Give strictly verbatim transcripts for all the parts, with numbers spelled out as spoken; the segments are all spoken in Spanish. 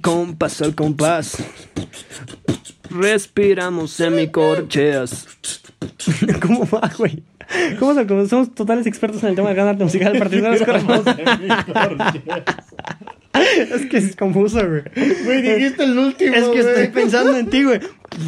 compás al compás. Respiramos semicorcheas. ¿Cómo va, güey? ¿Cómo se- como somos totales expertos en el tema del gran arte musical? A partir de los Es que es confuso, güey. Güey, dijiste el último. Es que güey. estoy pensando en ti, güey.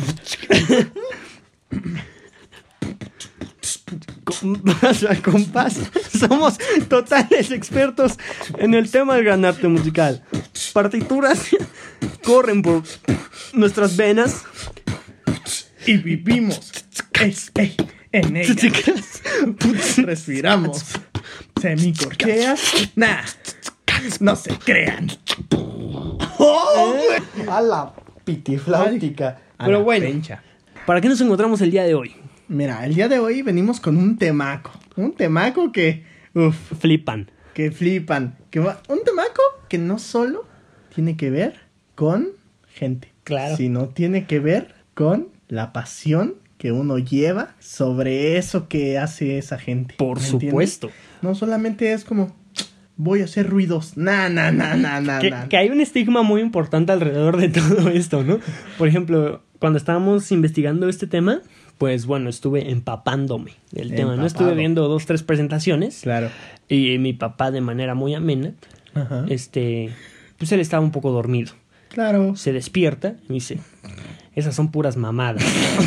Compás al compás. Somos totales expertos en el tema del gran arte musical. Partituras corren por nuestras venas. Y vivimos ey, ey, en ellas. Respiramos. Semicorcheas. Nah. No se crean. ¡Oh, güey! A la pitifláutica. Pero bueno, Pencha. ¿para qué nos encontramos el día de hoy? Mira, el día de hoy venimos con un temaco. Un temaco que. Uf, Flipan. que flipan. Que va, un temaco que no solo tiene que ver con gente. Claro. Sino tiene que ver con la pasión que uno lleva sobre eso que hace esa gente. Por ¿Me entiendes? supuesto. No solamente es como voy a hacer ruidos. Nah, nah, nah, nah, nah, Que, nah. que hay un estigma muy importante alrededor de todo esto, ¿no? Por ejemplo, cuando estábamos investigando este tema, pues bueno, estuve empapándome del tema, ¿no? Empapado. Estuve viendo dos, tres presentaciones. Claro. Y mi papá, de manera muy amena, Ajá. este, pues él estaba un poco dormido. Claro. Se despierta y me dice, esas son puras mamadas.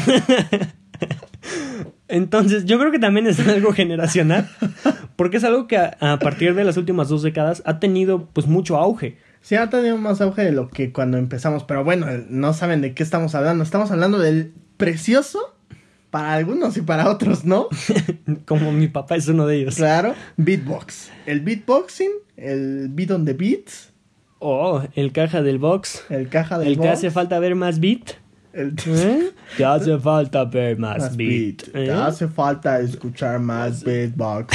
Entonces, yo creo que también es algo generacional, porque es algo que a, a partir de las últimas dos décadas ha tenido pues mucho auge. Sí, ha tenido más auge de lo que cuando empezamos, pero bueno, no saben de qué estamos hablando. Estamos hablando del precioso para algunos y para otros, ¿no? Como mi papá es uno de ellos. Claro, beatbox. El beatboxing, el beat on the beats, Oh, el caja del box. el caja del El que box, hace falta ver más beat. el ¿Eh? Te hace falta ver más, más beat. beat. ¿Eh? Te hace falta escuchar más beatbox.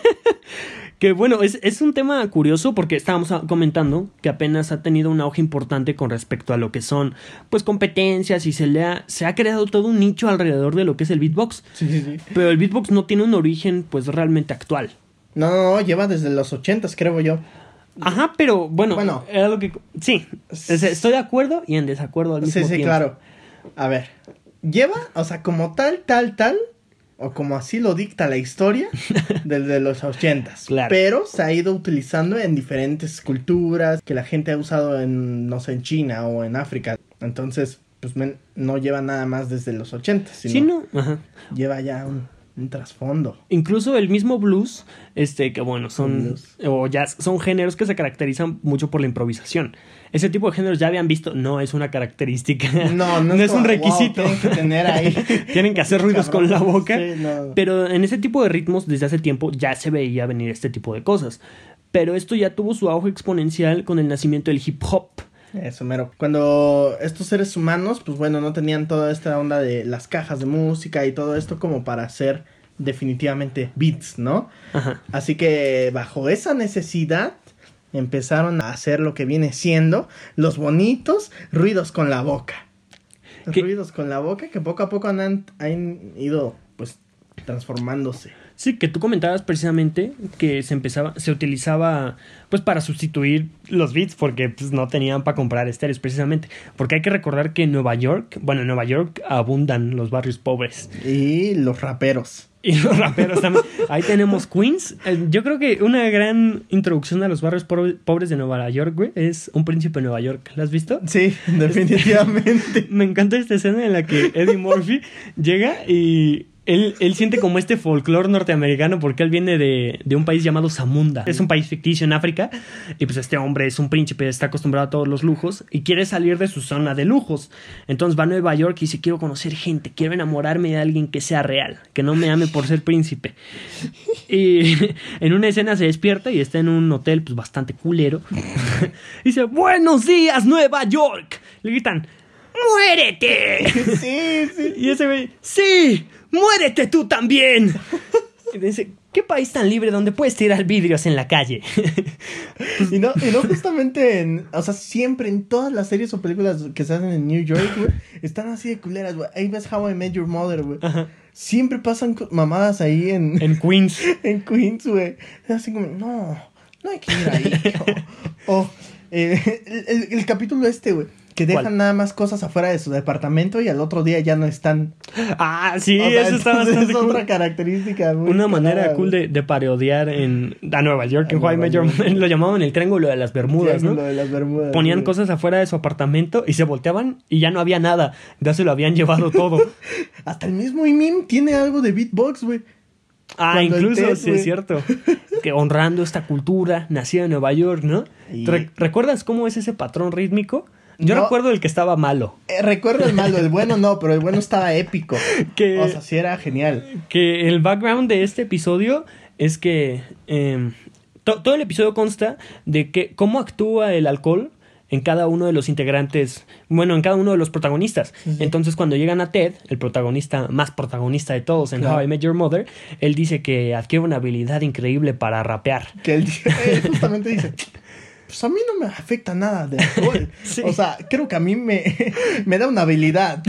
Que bueno, es, es un tema curioso porque estábamos a- comentando que apenas ha tenido un auge importante con respecto a lo que son pues competencias y se le ha, se ha creado todo un nicho alrededor de lo que es el beatbox. Sí, sí, sí. Pero el beatbox no tiene un origen pues realmente actual. No, no, no, lleva desde los ochentas, creo yo. Ajá, pero bueno, Bueno. era lo que... Sí, es- estoy de acuerdo y en desacuerdo al mismo Sí, sí, tiempo. claro. A ver, lleva, o sea, como tal, tal, tal, o como así lo dicta la historia, desde los ochentas. Claro. Pero se ha ido utilizando en diferentes culturas, que la gente ha usado en, no sé, en China o en África. Entonces, pues men, no lleva nada más desde los ochentas, sino Sí, no, ajá. lleva ya un, un trasfondo. Incluso el mismo blues, este, que bueno, son Blues. o jazz, son géneros que se caracterizan mucho por la improvisación. Ese tipo de géneros ya habían visto, no es una característica, No, no, no es como, un wow, requisito. tienen que tener ahí. Tienen que hacer ruidos Cabrón. con la boca. Sí, no. Pero en ese tipo de ritmos, desde hace tiempo, ya se veía venir este tipo de cosas. Pero esto ya tuvo su auge exponencial con el nacimiento del hip hop. Eso, mero. Cuando estos seres humanos, pues bueno, no tenían toda esta onda de las cajas de música y todo esto como para hacer definitivamente beats, ¿no? Ajá. Así que bajo esa necesidad empezaron a hacer lo que viene siendo los bonitos ruidos con la boca. Los ¿Qué? ruidos con la boca que poco a poco han, han ido pues transformándose. Sí, que tú comentabas precisamente que se empezaba, se utilizaba pues para sustituir los beats porque pues no tenían para comprar estéreos precisamente. Porque hay que recordar que en Nueva York, bueno, en Nueva York abundan los barrios pobres. Y los raperos. Y los raperos también. Ahí tenemos Queens. Eh, Yo creo que una gran introducción a los barrios pobre- pobres de Nueva York, güey, es Un Príncipe de Nueva York. ¿La has visto? Sí, definitivamente. Me encanta esta escena en la que Eddie Murphy llega y él, él siente como este folclore norteamericano porque él viene de, de un país llamado Zamunda. Es un país ficticio en África y pues este hombre es un príncipe, está acostumbrado a todos los lujos y quiere salir de su zona de lujos. Entonces va a Nueva York y dice, quiero conocer gente, quiero enamorarme de alguien que sea real, que no me ame por ser príncipe. Y en una escena se despierta y está en un hotel pues bastante culero. Dice, buenos días Nueva York. Le gritan, ¡muérete! Sí, sí. Y ese güey, ¡sí! ¡Muérete tú también! Y dice, ¿qué país tan libre donde puedes tirar vidrios en la calle? Y no, y no justamente en, o sea, siempre en todas las series o películas que se hacen en New York, güey, están así de culeras, güey. Ahí ves How I Met Your Mother, güey. Ajá. Siempre pasan co- mamadas ahí en, En Queens. en Queens, güey. Es así como, no, no hay que ir ahí. O, o, Eh, el, el, el capítulo este, güey. Que dejan ¿Cuál? Nada más cosas afuera de su departamento y al otro día ya no están. Ah, sí, O sea, eso está entonces bastante es cool. otra característica. Muy Una manera clara, cool güey. de, de parodiar en, a Nueva York, A en How I Nueva Met Your York. Mother, lo llamaban el triángulo de las Bermudas, Triángulo ¿no? de las Bermudas, Ponían güey. cosas afuera de su apartamento y se volteaban y ya no había nada. Ya se lo habían llevado todo. Hasta el mismo Imim tiene algo de beatbox, güey. Ah, Cuando el incluso, Ted, sí güey. es cierto. Que honrando esta cultura nacida en Nueva York, ¿no? Y- Re- ¿Recuerdas cómo es ese patrón rítmico? Yo No. recuerdo el que estaba malo. Eh, recuerdo el malo, el bueno no, pero el bueno estaba épico. Que- O sea, sí era genial. Que el background de este episodio es que eh, to- todo el episodio consta de que cómo actúa el alcohol en cada uno de los integrantes, bueno, en cada uno de los protagonistas. Sí, sí. Entonces, cuando llegan a Ted, el protagonista más protagonista de todos en Claro. How I Met Your Mother, él dice que adquiere una habilidad increíble para rapear. Que él, él justamente dice, pues a mí no me afecta nada de alcohol. Sí. O sea, creo que a mí me, me da una habilidad.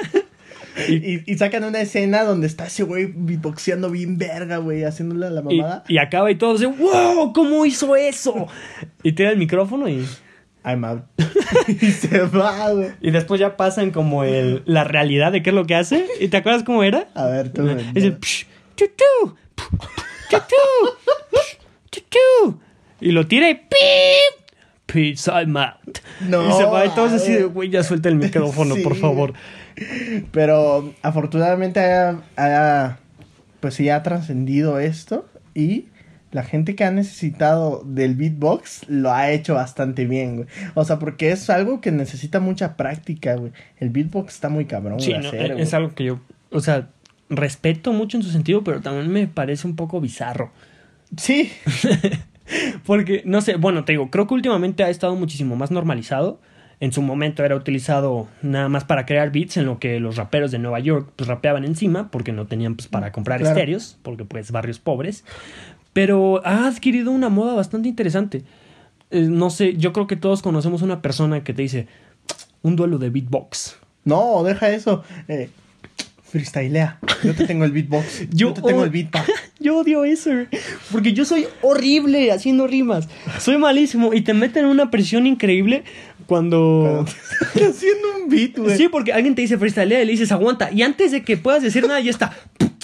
y, y sacan una escena donde está ese güey beatboxeando bien verga, güey, haciéndole a la Y, mamada. y acaba y todos dicen, ¡wow! ¿Cómo hizo eso? Y tira el micrófono y, I'm out. y se va, güey. y después ya pasan como el, la realidad de qué es lo que hace. ¿Y te acuerdas cómo era? A ver, tú. güey, Es el no. psh, tu, tu, tu, tu, tu, tu. Y lo tira y ¡pip! Peace, I'm out. No, y se va y todos a así de, ver. güey, ya suelta el micrófono, Sí. por favor. Pero afortunadamente ha, ha- pues sí ha trascendido esto y la gente que ha necesitado del beatbox lo ha hecho bastante bien, güey. O sea, porque es algo que necesita mucha práctica, güey. El beatbox está muy cabrón Sí, de no, hacer, es güey. algo que yo, o sea, respeto mucho en su sentido, pero también me parece un poco bizarro. Sí, Porque, no sé, bueno, te digo, creo que últimamente ha estado muchísimo más normalizado. En su momento era utilizado nada más para crear beats, en lo que los raperos de Nueva York pues rapeaban encima, porque no tenían pues para comprar Claro. estéreos, porque pues barrios pobres. Pero ha adquirido una moda bastante interesante. Eh, no sé, yo creo que todos conocemos una persona que te dice un duelo de beatbox. no, deja eso. Eh, freestylea. Yo te tengo el beatbox. Yo, Yo te tengo o- el beatbox. Yo odio eso, güey, porque yo soy horrible haciendo rimas. Soy malísimo y te meten una presión increíble cuando... Haciendo un beat, güey. Sí, porque alguien te dice freestyle y le dices aguanta. Y antes de que puedas decir nada ya está.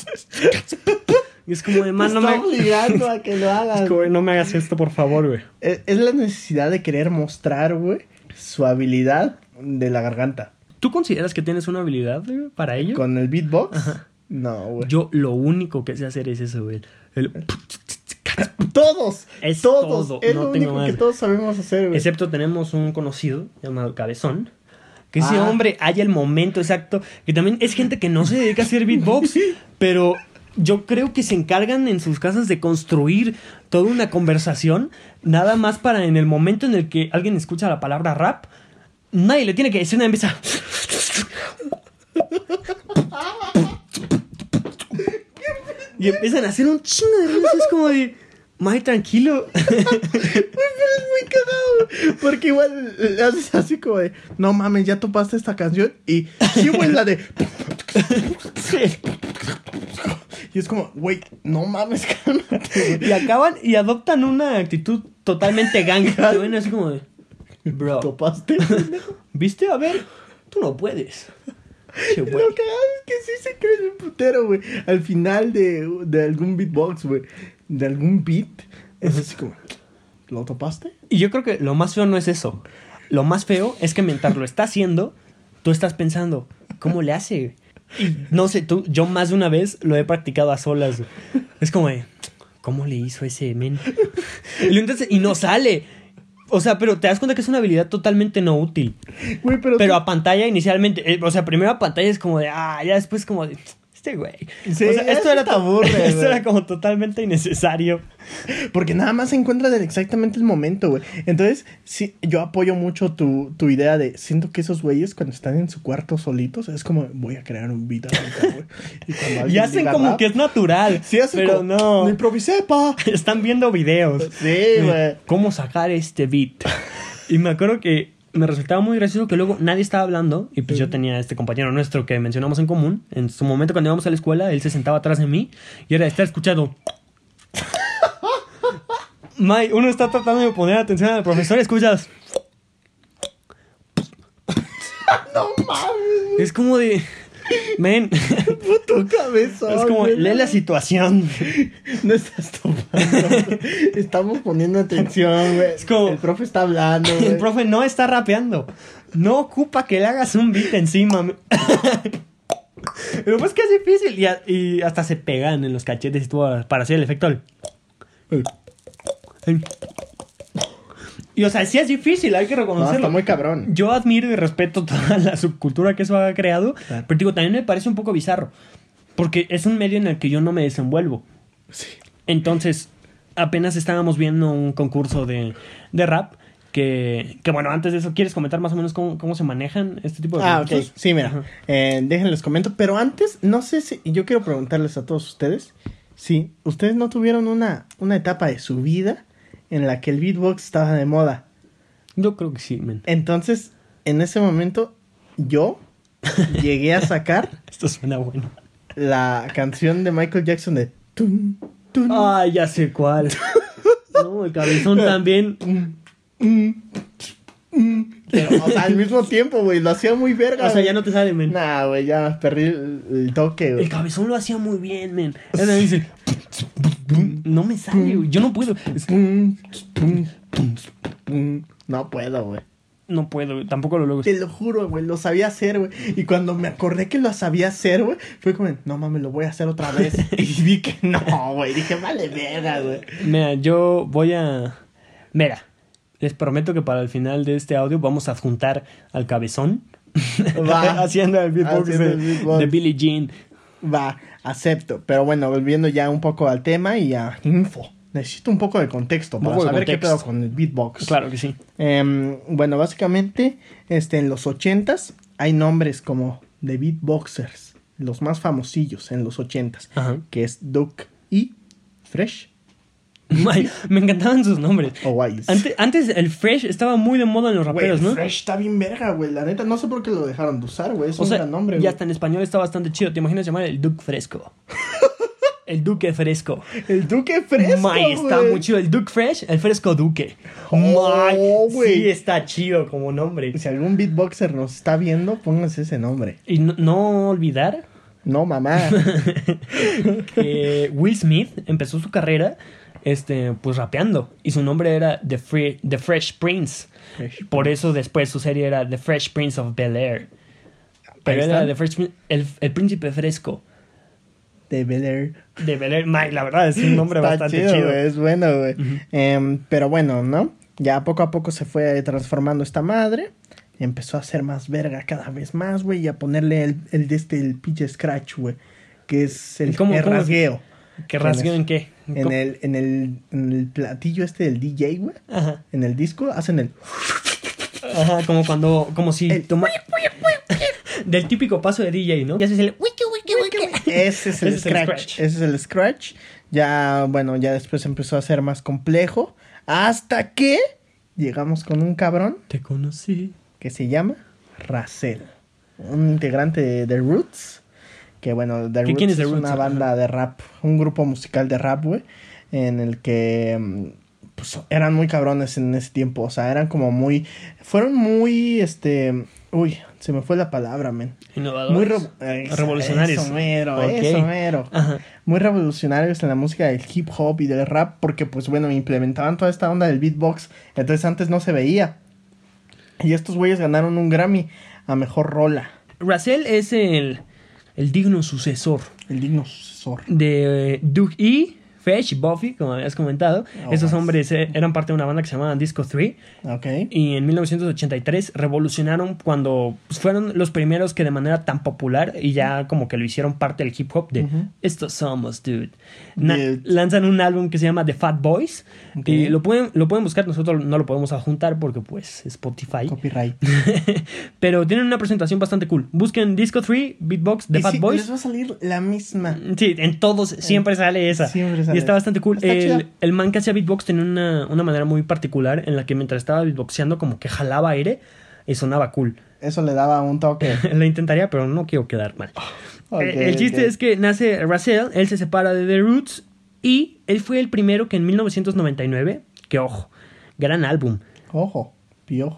Y es como de Te man, no está me... obligando a que lo hagas. Es como, no me hagas esto, por favor, güey. Es, es la necesidad de querer mostrar, güey, su habilidad de la garganta. ¿Tú consideras que tienes una habilidad, güey, para ello? ¿Con el beatbox? No, güey. Yo lo único que sé hacer es eso, güey. El... Todos. Es todos. todo, Es no lo tengo único que más. todos sabemos hacer, güey. Excepto tenemos un conocido llamado Cabezón. Que ese Ah. hombre haya el momento exacto. Que también es gente que no se dedica a hacer beatbox. Pero yo creo que se encargan en sus casas de construir toda una conversación. Nada más para en el momento en el que alguien escucha la palabra rap. Nadie le tiene que decir nada. Empieza. Y empiezan a hacer un chingo de ruidos. Es como de. May, tranquilo. Pero es muy cagado, porque igual le haces así como de, no mames, ya topaste esta canción y sí, güey, la de... Y es como, güey, no mames, cálmate, güey. Y acaban y adoptan una actitud totalmente gang. Te ven así como de. Bro, ¿Topaste? ¿viste? A ver, tú no puedes. Che, Lo güey. cagado es que sí se cree un putero, güey. Al final de, de algún beatbox, güey, de algún beat, es así como, ¿lo topaste? Y yo creo que lo más feo no es eso. Lo más feo es que mientras lo está haciendo, tú estás pensando, ¿cómo le hace? Y no sé, tú, yo más de una vez lo he practicado a solas. Güey. Es como de, ¿cómo le hizo ese men? Y lo intentas y no sale. O sea, pero te das cuenta que es una habilidad totalmente no útil. Güey, pero... Pero tú- a pantalla inicialmente, eh, o sea, primero a pantalla es como de, ah, ya después como de, este güey. Sí, o sea, esto eso era, te to- aburre, esto güey. era como totalmente innecesario. Porque nada más se encuentra en exactamente el momento, güey. Entonces, sí, yo apoyo mucho tu, tu idea de... Siento que esos güeyes cuando están en su cuarto solitos, es como, voy a crear un beat ahorita, güey. Y, cuando Y alguien hacen diga como rap, que es natural. sí, hacen pero como, no. Lo improvisé, pa. Están viendo videos. Sí, güey. ¿Cómo sacar este beat? Y me acuerdo que me resultaba muy gracioso que luego nadie estaba hablando. Y pues yo tenía a este compañero nuestro que mencionamos en común. En su momento cuando íbamos a la escuela, él se sentaba atrás de mí. Y era de estar escuchando. May, uno está tratando de poner atención al profesor y escuchas. No mames. Es como de... Men. Puto cabezón. Es como, güey. lee la situación. No estás tomando. Estamos poniendo atención, güey. Es como- El profe está hablando, güey. El profe no está rapeando. No ocupa que le hagas un beat encima. men. Pero pues que es difícil. Y, a- y hasta se pegan en los cachetes y todo para hacer el efecto. del- el- Y o sea, sí es difícil, hay que No, reconocerlo. está muy cabrón. Yo admiro y respeto toda la subcultura que eso ha creado. Claro. Pero digo, también me parece un poco bizarro. Porque es un medio en el que yo no me desenvuelvo. Sí. Entonces, apenas estábamos viendo un concurso de, de rap. Que, que bueno, antes de eso, ¿quieres comentar más o menos cómo, cómo se manejan este tipo de Ah, ok. concursos? Sí, mira. Ajá. Eh, déjenles comento. Pero antes, no sé si... Yo quiero preguntarles a todos ustedes. Si ustedes no tuvieron una, una etapa de su vida en la que el beatbox estaba de moda. Yo creo que sí, men. Entonces, en ese momento, yo llegué a sacar Esto suena bueno. la canción de Michael Jackson de... Tun, tun, Ah, ya sé cuál. No, el cabezón también. mm, mm, mm. Pero, o sea, al mismo tiempo, güey, lo hacía muy verga. O sea, güey. ya no te sale, men. Nah, güey, ya perdí el, el toque, güey. El cabezón lo hacía muy bien, men. Él me dice... No me sale, güey. Yo no puedo. Es- Pum, pum, pum, pum. No puedo, güey. No puedo, güey. Tampoco lo logro. Te lo juro, güey, lo sabía hacer, güey. Y cuando me acordé que lo sabía hacer, güey, fue como, no mames, lo voy a hacer otra vez. Y vi que no, güey. Dije, vale, verga, güey. Mira, yo voy a... Mira, les prometo que para el final de este audio vamos a adjuntar al cabezón Va. haciendo el beatbox, Haciendo de, el beatbox. de Billie Jean. Va, acepto. Pero bueno, volviendo ya un poco al tema y a info. Necesito un poco de contexto Un para poco de saber qué contexto. pedo con el beatbox. Claro que sí. Em, bueno, básicamente, este, en los ochentas hay nombres como de beatboxers, los más famosillos en los ochentas, Ajá. que es Duke y Fresh Ay, me encantaban sus nombres. o Wise. Antes, antes el Fresh estaba muy de moda en los Güey, raperos, ¿no? Fresh está bien verga, güey. La neta, no sé por qué lo dejaron de usar, güey. Es O un sea, gran nombre, y güey. hasta en español está bastante chido. ¿Te imaginas llamar el Duke Fresco? El Duque Fresco. El Duque Fresco, May, está güey. muy chido. El Duke Fresh, el Fresco Duque. Oh, May, güey. sí está chido como nombre. Si algún beatboxer nos está viendo, pónganse ese nombre. Y no, no olvidar No, mamá. que Will Smith empezó su carrera este, pues rapeando. Y su nombre era The, Free, The Fresh Prince. Fresh Por eso después su serie era The Fresh Prince of Bel-Air. Pero Ahí era está. The Fresh Prince, el, el príncipe fresco De Bel Air. de Bel-Air. May, la verdad es un nombre Está bastante chido, chido. güey, es bueno, güey. Ujú. Em, pero bueno, ¿no? Ya poco a poco se fue transformando esta madre. Empezó a ser más verga cada vez más, güey. Y a ponerle el, el de este, el pinche scratch, güey. Que es el, ¿Cómo- el cómo es? rasgueo. ¿Qué rasgueo en qué? En ¿Cómo? el, en, el, en el platillo este del D J, güey. Ajá. En el disco hacen el... Ajá, como cuando, como si El- toma... Del típico paso de D J, ¿no? Ya haces el wiki wiki wiki. Ese es el Ese es el scratch. scratch. Ese es el scratch. Ya, bueno, ya después empezó a ser más complejo. Hasta que llegamos con un cabrón Te conocí. que se llama Razel. Un integrante de The Roots. Que bueno, The ¿Qué- Roots quién es es, The Roots? una banda de rap. Un grupo musical de rap, güey. En el que... mm, pues eran muy cabrones en ese tiempo. O sea, eran como muy... Fueron muy, este... Uy, se me fue la palabra, men. Innovadores. Muy revo- eso, Revolucionarios. Eso mero, Ok. eso mero. Ajá. Muy revolucionarios en la música del hip hop y del rap. Porque, pues bueno, implementaban toda esta onda del beatbox. Entonces antes no se veía. Y estos güeyes ganaron un Grammy a mejor rola. Razel es el, el digno sucesor El digno sucesor. de eh, Duke E, Fresh, Buffy, como habías comentado. Oh, Estos nice. hombres eh, eran parte de una banda que se llamaba Disco tres. Ok. Y en mil novecientos ochenta y tres revolucionaron cuando pues, fueron los primeros que de manera tan popular y ya como que lo hicieron parte del hip hop de Ujú. estos somos, dude. Na- Dude. Lanzan un álbum que se llama The Fat Boys. Ok. Y lo pueden, lo pueden buscar, nosotros no lo podemos adjuntar porque pues Spotify. Copyright. Pero tienen una presentación bastante cool. Busquen Disco tres, Beatbox, The Y Fat sí, Boys. les va a salir la misma. Sí, en todos siempre sale esa. Siempre sale Y está esa. bastante cool. Está el, chida. el man que hacía beatbox tenía una, una manera muy particular en la que mientras estaba beatboxeando como que jalaba aire y sonaba cool. Eso le daba un toque. Lo intentaría, pero no quiero quedar mal. Ok, Eh, el chiste ok. es que nace Razel, él se separa de The Roots y él fue el primero que en mil novecientos noventa y nueve, que ojo, gran álbum. Ojo, piojo.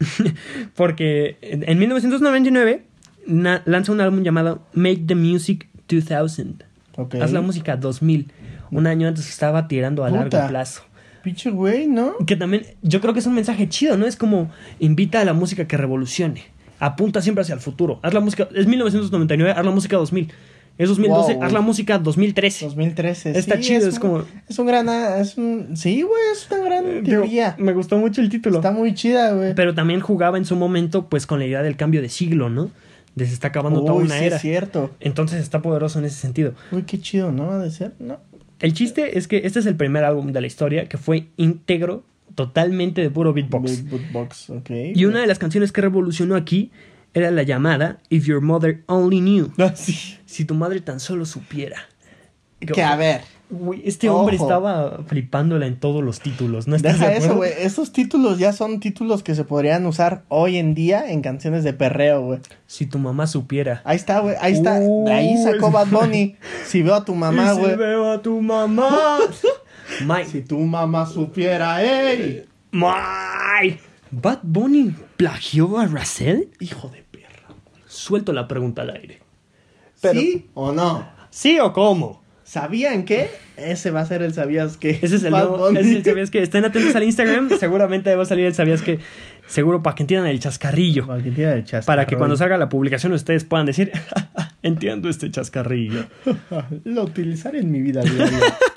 Porque en mil novecientos noventa y nueve na- lanza un álbum llamado Make the Music dos mil. Ok. Haz la música dos mil. Un año antes estaba tirando a Puta. largo plazo. Pinche güey, ¿no? Que también, yo creo que es un mensaje chido, ¿no? Es como, invita a la música que revolucione. Apunta siempre hacia el futuro. Haz la música, es mil novecientos noventa y nueve, haz la música dos mil. Es dos mil doce, Wow, haz la música dos mil trece. dos mil trece. Está sí, chido, es, es un- como... Es un gran... Es un, sí, güey, es una gran Digo, teoría. me gustó mucho el título. Está muy chida, güey. Pero también jugaba en su momento, pues, con la idea del cambio de siglo, ¿no? De se está acabando toda Uy, una sí, era. es cierto. Entonces está poderoso en ese sentido. Uy, qué chido, ¿no? Ha de ser, ¿no? El chiste es que este es el primer álbum de la historia que fue íntegro, totalmente de puro beatbox. Beat- Beatbox, ok. Y una de las canciones que revolucionó aquí era la llamada If Your Mother Only Knew. Ah, sí. Si tu madre tan solo supiera. Que a ver. Güey, este hombre Ojo. estaba flipándola en todos los títulos, ¿no estás Deja de eso, acuerdo? güey. Esos títulos ya son títulos que se podrían usar hoy en día en canciones de perreo, güey. Si tu mamá supiera. Ahí está, güey. Ahí está. Uy. De ahí sacó Bad Bunny. Si veo a tu mamá, Y si güey. veo a tu mamá. Mike. Si tu mamá supiera, ¡ey! Mike. ¿Bad Bunny plagió a Russell? Hijo de perra. Suelto la pregunta al aire. Pero- ¿Sí o no? ¿Sí o cómo? ¿Sabían qué? Ese va a ser el sabías que. Ese es el Bad nuevo, Bunny. ese es el sabías que. Estén atentos al Instagram. Seguramente ahí va a salir el sabías que. Seguro para que entiendan el chascarrillo. Para que entienda el chascarrillo. Para que cuando salga la publicación ustedes puedan decir, entiendo este chascarrillo. Lo utilizaré en mi vida diaria.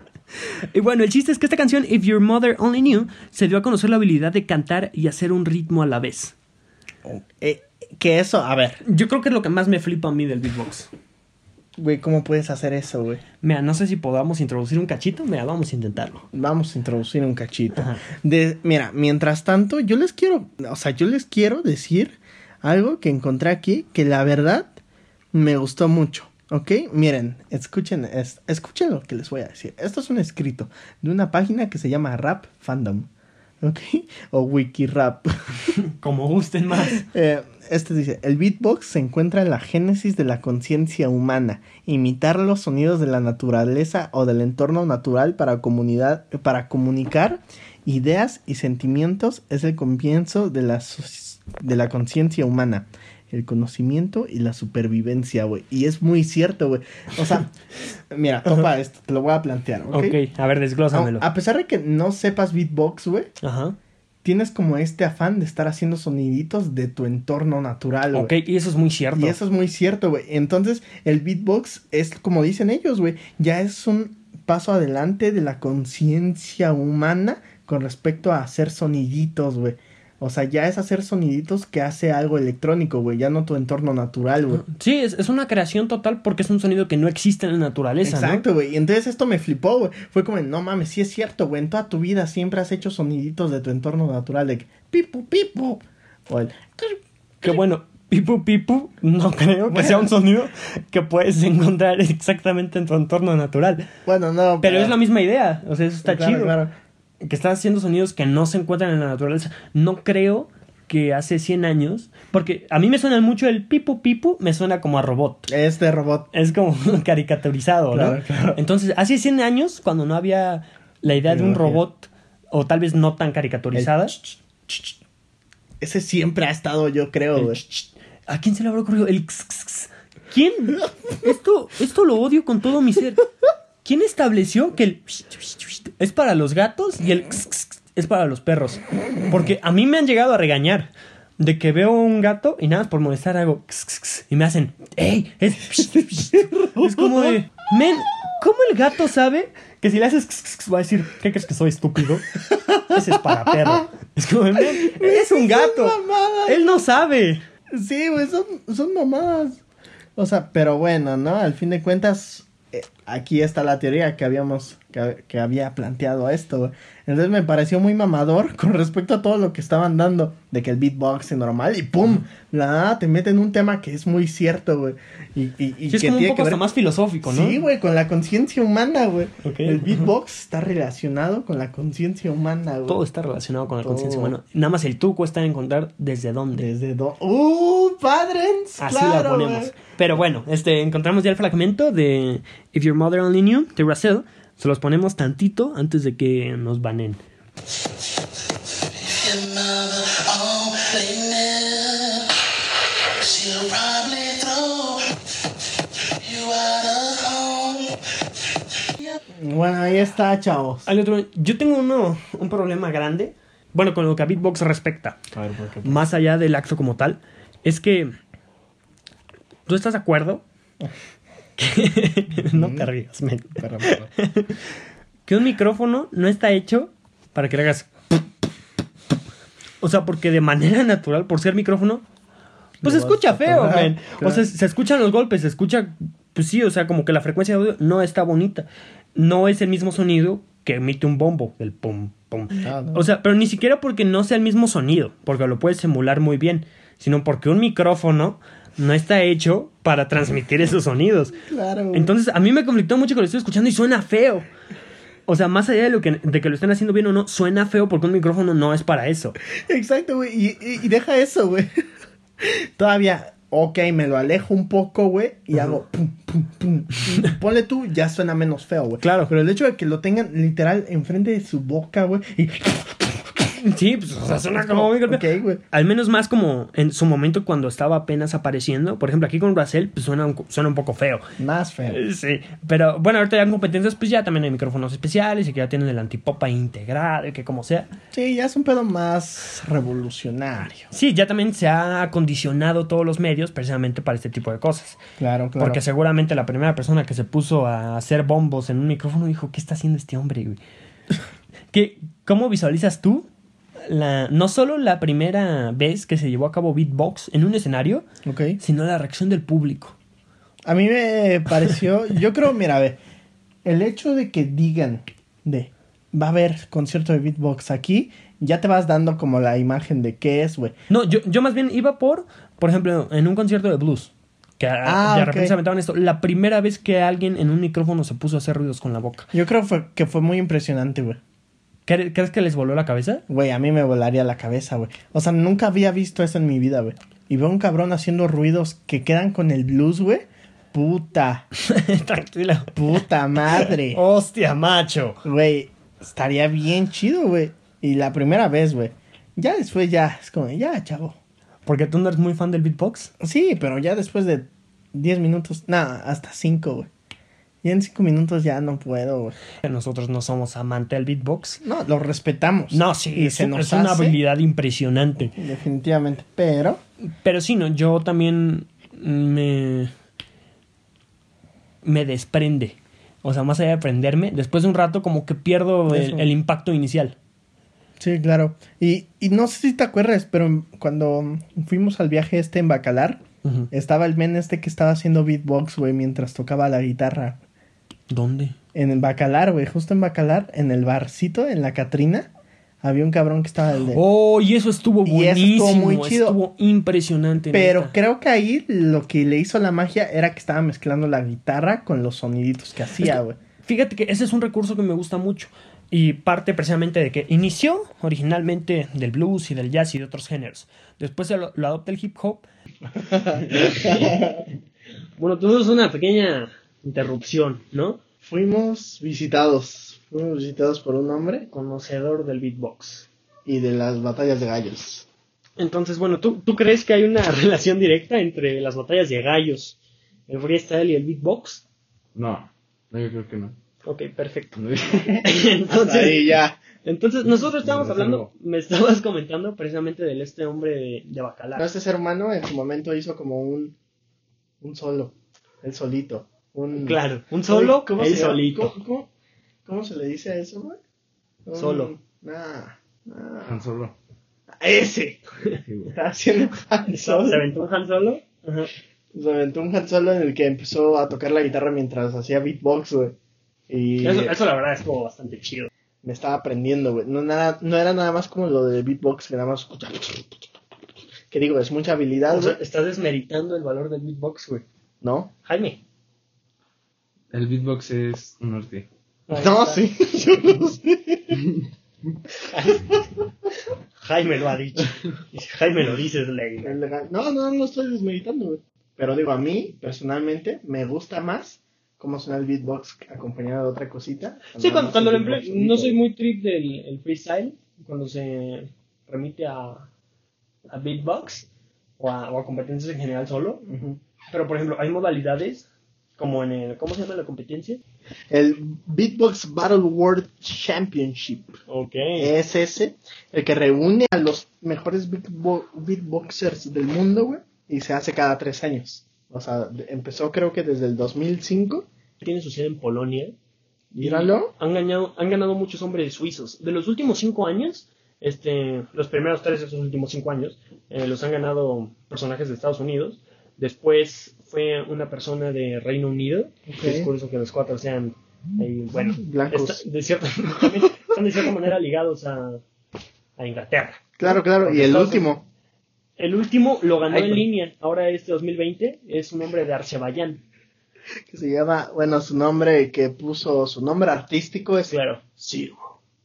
Y bueno, el chiste es que esta canción, If Your Mother Only Knew, se dio a conocer la habilidad de cantar y hacer un ritmo a la vez. Eh, que eso, a ver, Yo creo que es lo que más me flipa a mí del beatbox. güey, ¿cómo puedes hacer eso, güey? Mira, no sé si podamos introducir un cachito. Mira, vamos a intentarlo. Vamos a introducir un cachito. Ajá. De, mira, mientras tanto, yo les quiero, o sea, yo les quiero decir algo que encontré aquí que la verdad me gustó mucho. ¿Ok? Miren, escuchen, es- escuchen lo que les voy a decir. Esto es un escrito de una página que se llama Rap Fandom. ¿Ok? O Wikirap. Como gusten más. Eh, este dice, el beatbox se encuentra en la génesis de la conciencia humana. Imitar los sonidos de la naturaleza o del entorno natural para, comunidad, para comunicar ideas y sentimientos es el comienzo de la, so- de la conciencia humana. El conocimiento y la supervivencia, güey. Y es muy cierto, güey. O sea, mira, topa esto, te lo voy a plantear, ¿ok? Ok, a ver, desglósamelo. A, a pesar de que no sepas beatbox, güey, Ajá. tienes como este afán de estar haciendo soniditos de tu entorno natural, güey. Ok, y eso es muy cierto. Y eso es muy cierto, güey. Entonces, el beatbox es como dicen ellos, güey. Ya es un paso adelante de la conciencia humana con respecto a hacer soniditos, güey. O sea, ya es hacer soniditos que hace algo electrónico, güey. Ya no tu entorno natural, güey. Sí, es, es una creación total porque es un sonido que no existe en la naturaleza, Exacto, güey. Y entonces esto me flipó, güey. Fue como, no mames, sí es cierto, güey. En toda tu vida siempre has hecho soniditos de tu entorno natural, de que pipu, pipu. O el... ¿no? Que bueno, pipu pipu, no creo que Bueno. sea un sonido que puedes encontrar exactamente en tu entorno natural. Bueno, no. Pero es la misma idea, o sea, eso está Claro, chido. claro. Que estás haciendo sonidos que no se encuentran en la naturaleza. No creo que hace cien años, porque a mí me suena mucho el pipu pipu, me suena como a robot. Es de robot. Es como caricaturizado, Claro, ¿no? claro. Entonces, hace cien años, cuando no había la idea de un Tecnología. robot, o tal vez no tan caricaturizada, El ch, ch, ch, ch. Ese siempre ha estado, yo creo, el güey. ch, ch. ¿A quién se le habrá ocurrido? El x, x, x. ¿Quién? Esto, esto lo odio con todo mi ser. ¿Quién estableció que el es para los gatos y el es para los perros? Porque a mí me han llegado a regañar de que veo un gato y nada más por molestar hago y me hacen, ¡ey! Es, es como de, men, ¿cómo el gato sabe que si le haces va a decir, ¿qué crees que soy estúpido? Ese es para perro. Es como, men, es un gato. mamadas. Él no sabe. Sí, güey, son, son mamadas. O sea, pero bueno, ¿no? Al fin de cuentas, eh, aquí está la teoría que habíamos, que, que había planteado esto, güey. Entonces me pareció muy mamador con respecto a todo lo que estaban dando, de que el beatbox es normal y ¡pum! La nada te meten un tema que es muy cierto, güey. Y, y, y Sí, es que como un tiene poco que ver hasta más filosófico, ¿no? Sí, güey, con la conciencia humana, güey. Ok. El beatbox está relacionado con la conciencia humana, güey. Todo está relacionado con la Todo. conciencia humana. Nada más el truco está en encontrar desde dónde. Desde do... ¡Uh, padrens! Así claro, la ponemos. güey. Pero bueno, este, encontramos ya el fragmento de If Your Mother Only Knew, de Russell. Se los ponemos tantito antes de que nos banen. Your mother only She'll probably throw you out of home. Bueno, ahí está, chavos. Hay otro, yo tengo uno, un problema grande. Bueno, con lo que a Beatbox respecta. A ver, ¿por qué? Más allá del acto como tal. Es que... ¿Tú estás de acuerdo? Que... no te rías, men. Perdón, perdón. Que un micrófono no está hecho para que le hagas... O sea, porque de manera natural, por ser micrófono, pues se escucha feo, Ajá, men. claro. O sea, se escuchan los golpes, se escucha... Pues sí, o sea, como que la frecuencia de audio no está bonita. No es el mismo sonido que emite un bombo, el pum, pum. Ah, no. O sea, pero ni siquiera porque no sea el mismo sonido, porque lo puedes emular muy bien, sino porque un micrófono no está hecho para transmitir esos sonidos. Claro. Entonces, a mí me conflictó mucho que lo estoy escuchando y suena feo. O sea, más allá de, lo que, de que lo estén haciendo bien o no, suena feo porque un micrófono no es para eso. Exacto, güey. Y, y, y deja eso, güey. Todavía, ok, me lo alejo un poco, güey. Y uh-huh. hago pum, pum, pum. Y ponle tú, ya suena menos feo, güey. Claro. Pero el hecho de que lo tengan literal enfrente de su boca, güey. Y... Sí, pues, o sea, suena como muy golpeado. Ok, güey. Al menos más como en su momento cuando estaba apenas apareciendo. Por ejemplo, aquí con Russell, pues suena un, suena un poco feo. Más feo. Sí, pero bueno, ahorita ya en competencias, pues ya también hay micrófonos especiales y que ya tienen el antipopa integrado y que como sea. Sí, ya es un pedo más revolucionario. Sí, ya también se ha acondicionado todos los medios precisamente para este tipo de cosas. Claro, claro. Porque seguramente la primera persona que se puso a hacer bombos en un micrófono dijo, ¿qué está haciendo este hombre, güey? ¿Qué, ¿Cómo visualizas tú? La, no solo la primera vez que se llevó a cabo Beatbox en un escenario, Ok. sino la reacción del público. A mí me pareció, yo creo, mira, a ver, el hecho de que digan de va a haber concierto de Beatbox aquí, ya te vas dando como la imagen de qué es, güey. No, yo, yo más bien iba por, por ejemplo, en un concierto de blues, que Ah, de ok. repente se aventaban esto, la primera vez que alguien en un micrófono se puso a hacer ruidos con la boca. Yo creo fue, que fue muy impresionante, güey. ¿Cre- ¿Crees que les voló la cabeza? Güey, a mí me volaría la cabeza, güey. O sea, nunca había visto eso en mi vida, güey. Y veo un cabrón haciendo ruidos que quedan con el blues, güey. Puta. Tranquilo. Puta madre. Hostia, macho. Güey, estaría bien chido, güey. Y la primera vez, güey. Ya después ya, es como, ya, chavo. ¿Porque tú no eres muy fan del beatbox? Sí, pero ya después de diez minutos, nada, hasta cinco, güey. Ya en cinco minutos ya no puedo, güey. Nosotros no somos amantes del beatbox. No, lo respetamos. No, sí, y es, se un- nos es una hace, habilidad impresionante. definitivamente, pero Pero sí, no, yo también me... me desprende. O sea, más allá de aprenderme, después de un rato como que pierdo Eso. el, el impacto inicial. sí, claro. Y, y no sé si te acuerdas, pero cuando fuimos al viaje este en Bacalar, Ujú. estaba el men este que estaba haciendo beatbox, güey, mientras tocaba la guitarra. ¿Dónde? En el Bacalar, güey, justo en Bacalar, en el barcito, en la Catrina, había un cabrón que estaba el de... Oh, y eso estuvo Y eso buenísimo. estuvo muy chido. Estuvo impresionante. Pero neta. creo que ahí lo que le hizo la magia era que estaba mezclando la guitarra con los soniditos que hacía, Es que, güey. fíjate que ese es un recurso que me gusta mucho. Y parte precisamente de que inició originalmente del blues y del jazz y de otros géneros. Después se lo, lo adopta el hip hop. Bueno, tuvimos una pequeña interrupción, ¿no? Fuimos visitados. Fuimos visitados por un hombre Conocedor del beatbox. y de las batallas de gallos. Entonces, bueno, ¿tú, ¿tú crees que hay una relación directa entre las batallas de gallos, el freestyle y el beatbox? No, no, yo creo que no. Ok, perfecto. Hasta Entonces, ahí ya. entonces nosotros estábamos Me hablando, me estabas comentando precisamente del este hombre de, de Bacalar. Este ser humano en su momento hizo como un, un solo, él solito. Un, Claro, un solo, ¿Cómo él se llama? solito. ¿Cómo, cómo, cómo se le dice a eso, güey? Un- Solo. Nah, nah. Han Solo. Ese. Sí, güey. Estaba haciendo Han Solo. ¿Se aventó un Han Solo? Ajá. Se aventó un Han Solo en el que empezó a tocar la guitarra mientras hacía beatbox, güey. Y Eso, eso la verdad estuvo bastante chido. me estaba aprendiendo, güey. No, nada, no era nada más como lo de beatbox, que nada más escucha. Que digo, es mucha habilidad, O sea, güey. estás desmeritando el valor del beatbox, güey. ¿No? Jaime. El beatbox es un arte. Ahí No, está. sí. Yo no sé. Jaime lo ha dicho. Y si Jaime lo dice, es ley. Es legal. No, no, no estoy desmeditando, güey. Pero digo, a mí, personalmente, me gusta más cómo suena el beatbox acompañado de otra cosita. Sí, cuando, más cuando el lo empleo, beatbox solito. no soy muy trip del el freestyle, cuando se remite a, a beatbox, o a, o a competencias en general solo. Ujú. Pero, por ejemplo, hay modalidades como en el... ¿Cómo se llama la competencia? El Beatbox Battle World Championship. Ok. Es ese, el que reúne a los mejores beatbo- beatboxers del mundo, güey, y se hace cada tres años. O sea, de- empezó creo que desde el dos mil cinco. Tiene su sede en Polonia. Y Míralo. Han ganado, han ganado muchos hombres suizos. De los últimos cinco años, este, los primeros tres de esos últimos cinco años, eh, los han ganado personajes de Estados Unidos. Después fue una persona de Reino Unido. Ok. Que es curioso que los cuatro sean, ahí, bueno, Blancos. está- de cierta, también están de cierta manera ligados a, a Inglaterra. Claro, claro. Porque Y el Estados último, El último lo ganó Ay, en pero- línea. Ahora este dos mil veinte es un hombre de Azerbaiyán. que se llama, bueno, su nombre que puso, su nombre artístico es Claro. Zero.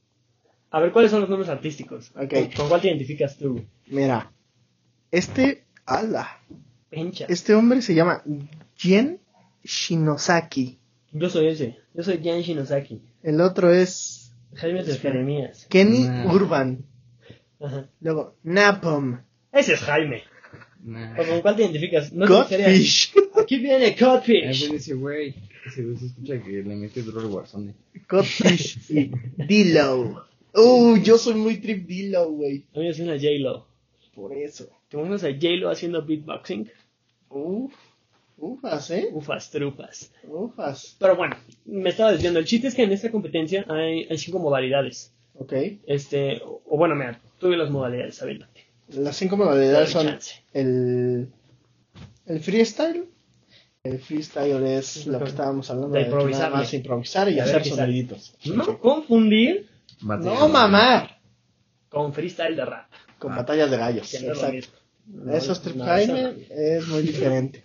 A ver, ¿cuáles son los nombres artísticos? Ok. ¿Con, con cuál te identificas tú? Mira, este, ala, Pencha. este hombre se llama Jen Shinosaki. Yo soy ese. Yo soy Jan Shinosaki. El otro es Jaime de Jeremías. Kenny Nah. Urban. Ajá. Luego, Napalm. Ese es Jaime. Nah. ¿O con cuál te identificas? No te gustaría- Godfish. Aquí viene Ay, Codfish. pues ese güey. Ese güey se escucha que le mete duro al Warzone. Godfish y D-Lo. Uh, yo soy muy trip D-Lo, güey. A mí me suena J-Lo. Por eso. ¿Te imaginas a J-Lo haciendo beatboxing? Uf, ufas, ¿eh? Ufas, trupas. Ufas. Pero bueno, me estaba desviando. El chiste es que en esta competencia hay, hay cinco modalidades. Ok. Este, o, o bueno, mira, tuve las modalidades, avílate. Las cinco modalidades Dale son chance. el, el freestyle. El freestyle es lo que estábamos hablando De de, improvisar. nada más improvisar y Y a ver hacer qué sale. soniditos. No confundir No, mamá. con freestyle de rap. Con Ah. batallas de gallos. Que no es lo Exacto. mismo. No, Eso es Trip no, Jaime, eso no. es muy diferente.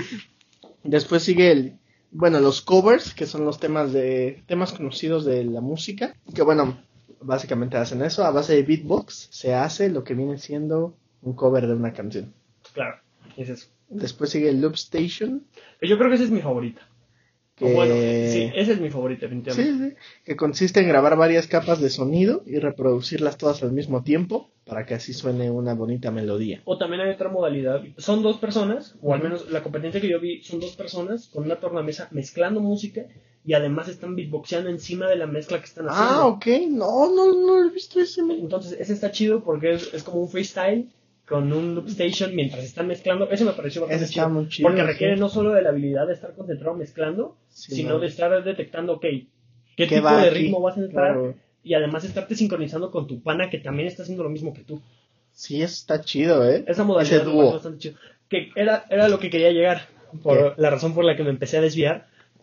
Después sigue el, bueno, los covers, que son los temas de temas conocidos de la música, que bueno, básicamente hacen eso a base de beatbox, se hace lo que viene siendo un cover de una canción. Claro, es eso. Después sigue el Loop Station, Yo creo que esa es mi favorita. que O bueno, sí, esa es mi favorita, sí, definitivamente. sí, que consiste en grabar varias capas de sonido y reproducirlas todas al mismo tiempo para que así suene una bonita melodía. O también hay otra modalidad. Son dos personas, o al menos la competencia que yo vi, son dos personas con una tornamesa mezclando música y además están beatboxeando encima de la mezcla que están haciendo. Ah, ok, no, no, no he visto ese. men. Entonces, ese está chido porque es, es como un freestyle con un loop station mientras están mezclando. Eso me pareció bastante Ese está chido. muy chido, porque sí. requiere no solo de la habilidad de estar concentrado mezclando, Sí, sino no. de estar detectando, ok, qué, tipo va de aquí? ritmo vas a entrar Claro. y además estarte sincronizando con tu pana que también está haciendo lo mismo que tú. Sí, eso está chido, ¿eh? Esa modalidad Ese me pareció dúo. bastante chido. Que era, era lo que quería llegar, por ¿Qué? la razón por la que me empecé a desviar.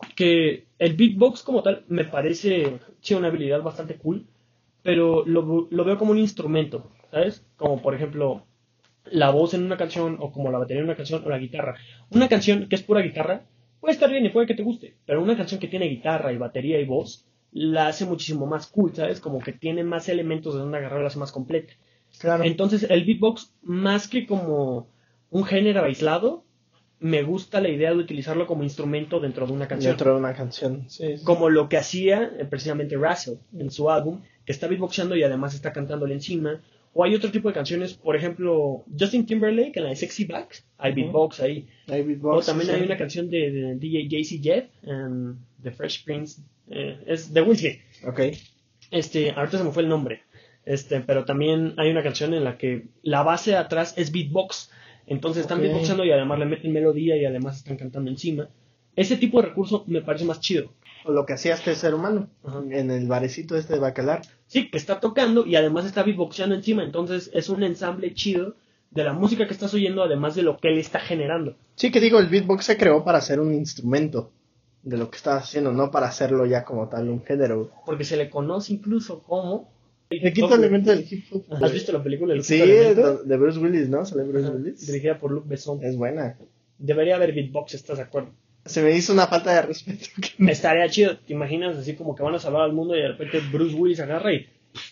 Que el beatbox como tal me parece sí, una habilidad bastante cool, pero lo, lo veo como un instrumento, ¿sabes? Como por ejemplo la voz en una canción o como la batería en una canción o la guitarra. Una canción que es pura guitarra puede estar bien y puede que te guste, pero una canción que tiene guitarra y batería y voz la hace muchísimo más cool, ¿sabes? Como que tiene más elementos de donde agarrar, la hace más completa. Claro. Entonces el beatbox, más que como un género aislado, me gusta la idea de utilizarlo como instrumento dentro de una canción. Dentro de una canción. Sí, sí. Como lo que hacía eh, precisamente Russell en su álbum, que está beatboxeando y además está cantándole encima. O hay otro tipo de canciones, por ejemplo, Justin Timberlake en la de Sexy Back, hay Ujú. beatbox ahí. Hay beatbox, O también sí. hay una canción de, de D J J C Jeff, en The Fresh Prince, eh, es de Whiskey. Ok. Este, ahorita se me fue el nombre. Este, pero también hay una canción en la que la base de atrás es beatbox. Entonces están Ok. beatboxando y además le meten melodía y además están cantando encima. Ese tipo de recurso me parece más chido. O lo que hacía este ser humano Ajá. en el barecito este de Bacalar. Sí, que está tocando y además está beatboxeando encima. Entonces es un ensamble chido de la música que estás oyendo, además de lo que él está generando. Sí, que digo, el beatbox se creó para ser un instrumento de lo que estás haciendo, no para hacerlo ya como tal un género. Porque se le conoce incluso como... El quinto elemento del hip hop. ¿Has visto la película El Sí, Quinto Elemento? de de Bruce Willis, ¿no? Sale Bruce Ajá, Willis. dirigida por Luc Besson. Es buena. Debería haber beatbox, ¿estás de acuerdo? Se me hizo una falta de respeto. Estaría chido, ¿te imaginas? Así como que van a salvar al mundo y de repente Bruce Willis agarra y...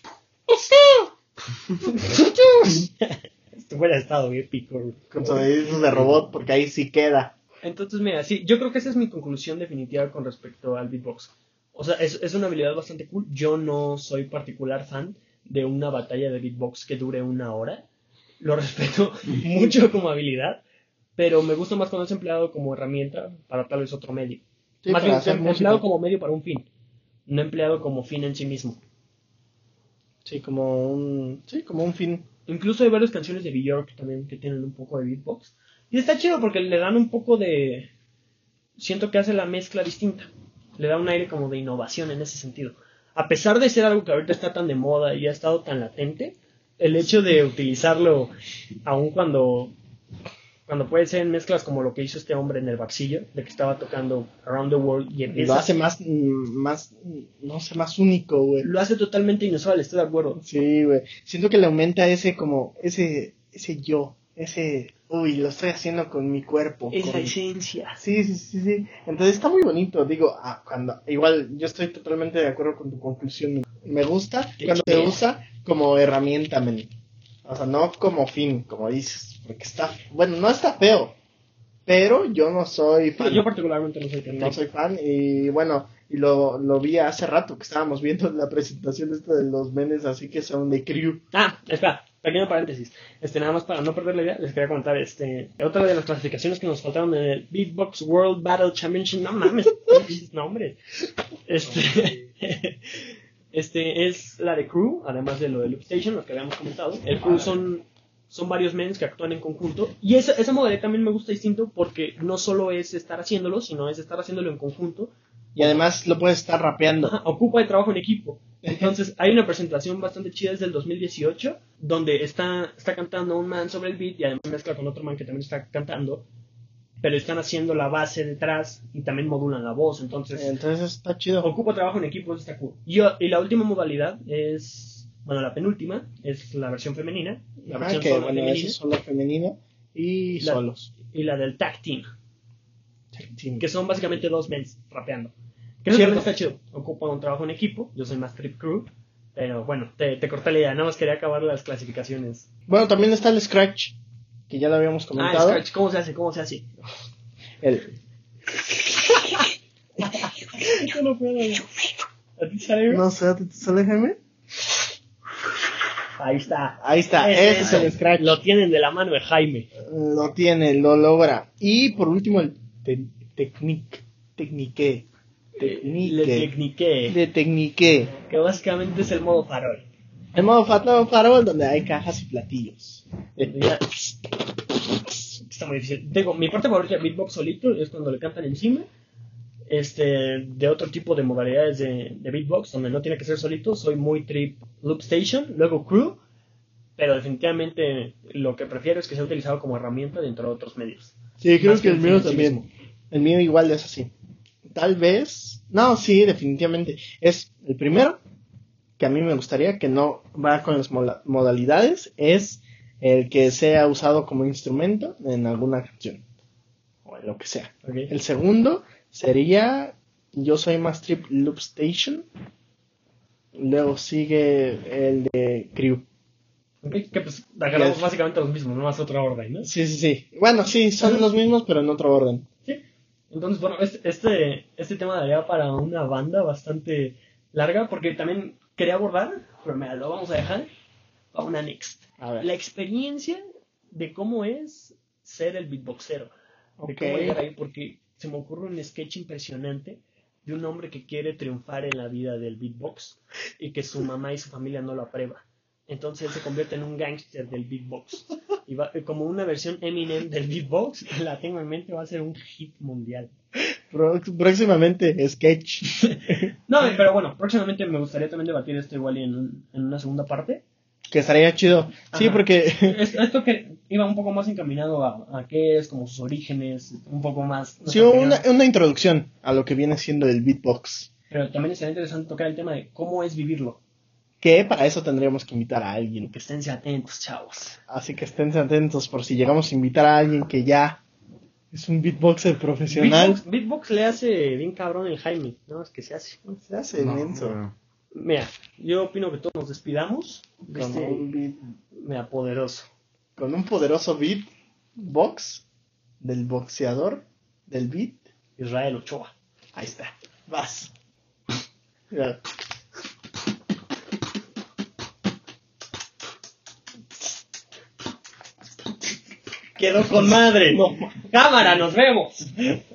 Esto hubiera estado épico. Con sonidos de robot, porque ahí sí queda. Entonces, mira, sí, yo creo que esa es mi conclusión definitiva con respecto al beatbox. O sea, es, es una habilidad bastante cool. Yo no soy particular fan de una batalla de beatbox que dure una hora. lo respeto mucho como habilidad, pero me gusta más cuando es empleado como herramienta para tal vez otro medio. Sí, más para bien hacer em- música. empleado como medio para un fin, no empleado como fin en sí mismo. Sí, como un, sí, como un fin. Incluso hay varias canciones de Björk también que tienen un poco de beatbox. Y está chido porque le dan un poco de... Siento que hace la mezcla distinta. Le da un aire como de innovación en ese sentido. A pesar de ser algo que ahorita está tan de moda y ha estado tan latente, el hecho de utilizarlo aun cuando... Cuando puede ser en mezclas como lo que hizo este hombre en el Baxillo, de que estaba tocando Around the World y Lo empieza... hace más, mm, más, mm, no sé, más único, güey. Lo hace totalmente inusual, estoy de acuerdo. Sí, güey. Siento que le aumenta ese, como, ese, ese yo, ese, uy, lo estoy haciendo con mi cuerpo. Es la con- esencia. Sí, sí, sí, sí. Entonces está muy bonito. Digo, ah, cuando, igual, yo estoy totalmente de acuerdo con tu conclusión. Me gusta Qué cuando se chido. usa como herramienta, men. O sea, no como fin, como dices. Porque está, bueno, no está feo. Pero yo no soy fan. Yo particularmente no soy tan No soy fan. Y bueno, y lo, lo vi hace rato que estábamos viendo la presentación esta de los menes, así que son de Crew. Ah, espera, pequeño paréntesis. Este, nada más para no perder la idea, les quería contar, este, otra de las clasificaciones que nos faltaron en el Beatbox World Battle Championship. No mames, pinches nombres. Este, este es la de Crew, además de lo de Loop Station, lo que habíamos comentado. El Crew son, son varios mens que actúan en conjunto. Y esa, esa modalidad también me gusta distinto porque no solo es estar haciéndolo, sino es estar haciéndolo en conjunto. Y además lo puedes estar rapeando. Ajá, ocupa de trabajo en equipo. Entonces, hay una presentación bastante chida desde el dos mil dieciocho, donde está, está cantando un man sobre el beat y además mezcla con otro man que también está cantando, pero están haciendo la base detrás y también modulan la voz. Entonces, Entonces está chido. ocupa trabajo en equipo, eso está cool. Y, y la última modalidad es, bueno, la penúltima, es la versión femenina. La Ah, versión que solo bueno, femenina. eso es solo femenino y La- solos. Y la del tag team, Sí. que son básicamente dos mens rapeando. Que eso Siempre- también está chido. Ocupa un trabajo en equipo. Yo soy más Trip Crew. Pero bueno, te, te corté la idea. Nada más quería acabar las clasificaciones. Bueno, también está el Scratch, que ya lo habíamos Ah, comentado. Scratch. ¿Cómo se hace? ¿Cómo se hace? El... Yo no puedo. ¿A ti sale? No sé, ¿te sale, Jaime? Ahí está. Ahí está, Ese ese es el Scratch. Lo tienen de la mano de Jaime. Lo tiene, lo logra. Y por último, el te- Technique. Technique. Technique. Le Technique. De Technique. Que básicamente es el modo farol. El modo Fatman Farol, donde hay cajas y platillos. Ya. Está muy difícil. Tengo, mi parte favorita de beatbox solito es cuando le cantan encima. Este, de otro tipo de modalidades de, de beatbox, donde no tiene que ser solito, soy muy trip Loop Station, luego Crew, pero definitivamente lo que prefiero es que sea utilizado como herramienta dentro de otros medios. Sí, creo Más que el un mío fin en sí también. mismo. El mío igual es así. Tal vez. No, sí, definitivamente. Es el primero que a mí me gustaría que no va con las mola- modalidades. Es el que sea usado como instrumento en alguna canción. O en lo que sea. Ok. El segundo sería. Yo soy más trip Loop Station. Luego sigue el de Crew. Ok, que pues agarramos Yes. básicamente los mismos, no más otra orden, ¿no? Sí, sí, sí. Bueno, sí, son los mismos, pero en otro orden. Sí. Entonces, bueno, este, este, este tema daría para una banda bastante larga, porque también quería abordar, pero mira, lo vamos a dejar para una next. A ver. La experiencia de cómo es ser el beatboxero. De Ok. cómo llegar ahí, porque se me ocurre un sketch impresionante de un hombre que quiere triunfar en la vida del beatbox y que su mamá y su familia no lo aprueban. Entonces él se convierte en un gángster del beatbox. Y va, como una versión Eminem del beatbox, la tengo en mente, va a ser un hit mundial. Pro- próximamente, sketch. No, pero bueno, próximamente me gustaría también debatir esto igual y en, un- en una segunda parte. Que estaría chido. Sí, Ajá. porque. Es- Esto que iba un poco más encaminado a, a qué es, como sus orígenes, un poco más... Sí, nuestra una, opinión. una introducción a lo que viene siendo el beatbox. Pero también sería interesante tocar el tema de cómo es vivirlo. Que para eso tendríamos que invitar a alguien. Que esténse atentos, chavos. Así que estén atentos por si llegamos a invitar a alguien que ya es un beatboxer profesional. Beatbox, beatbox le hace bien cabrón el Jaime. No, es que se hace. Se hace No, inmenso. bueno. Mira, yo opino que todos nos despidamos. de Con, este- un beat, Mira, poderoso. con un poderoso beatbox del boxeador del beat. Israel Ochoa. Ahí está. Vas. Mira. Quedó con madre. No. Cámara, nos vemos.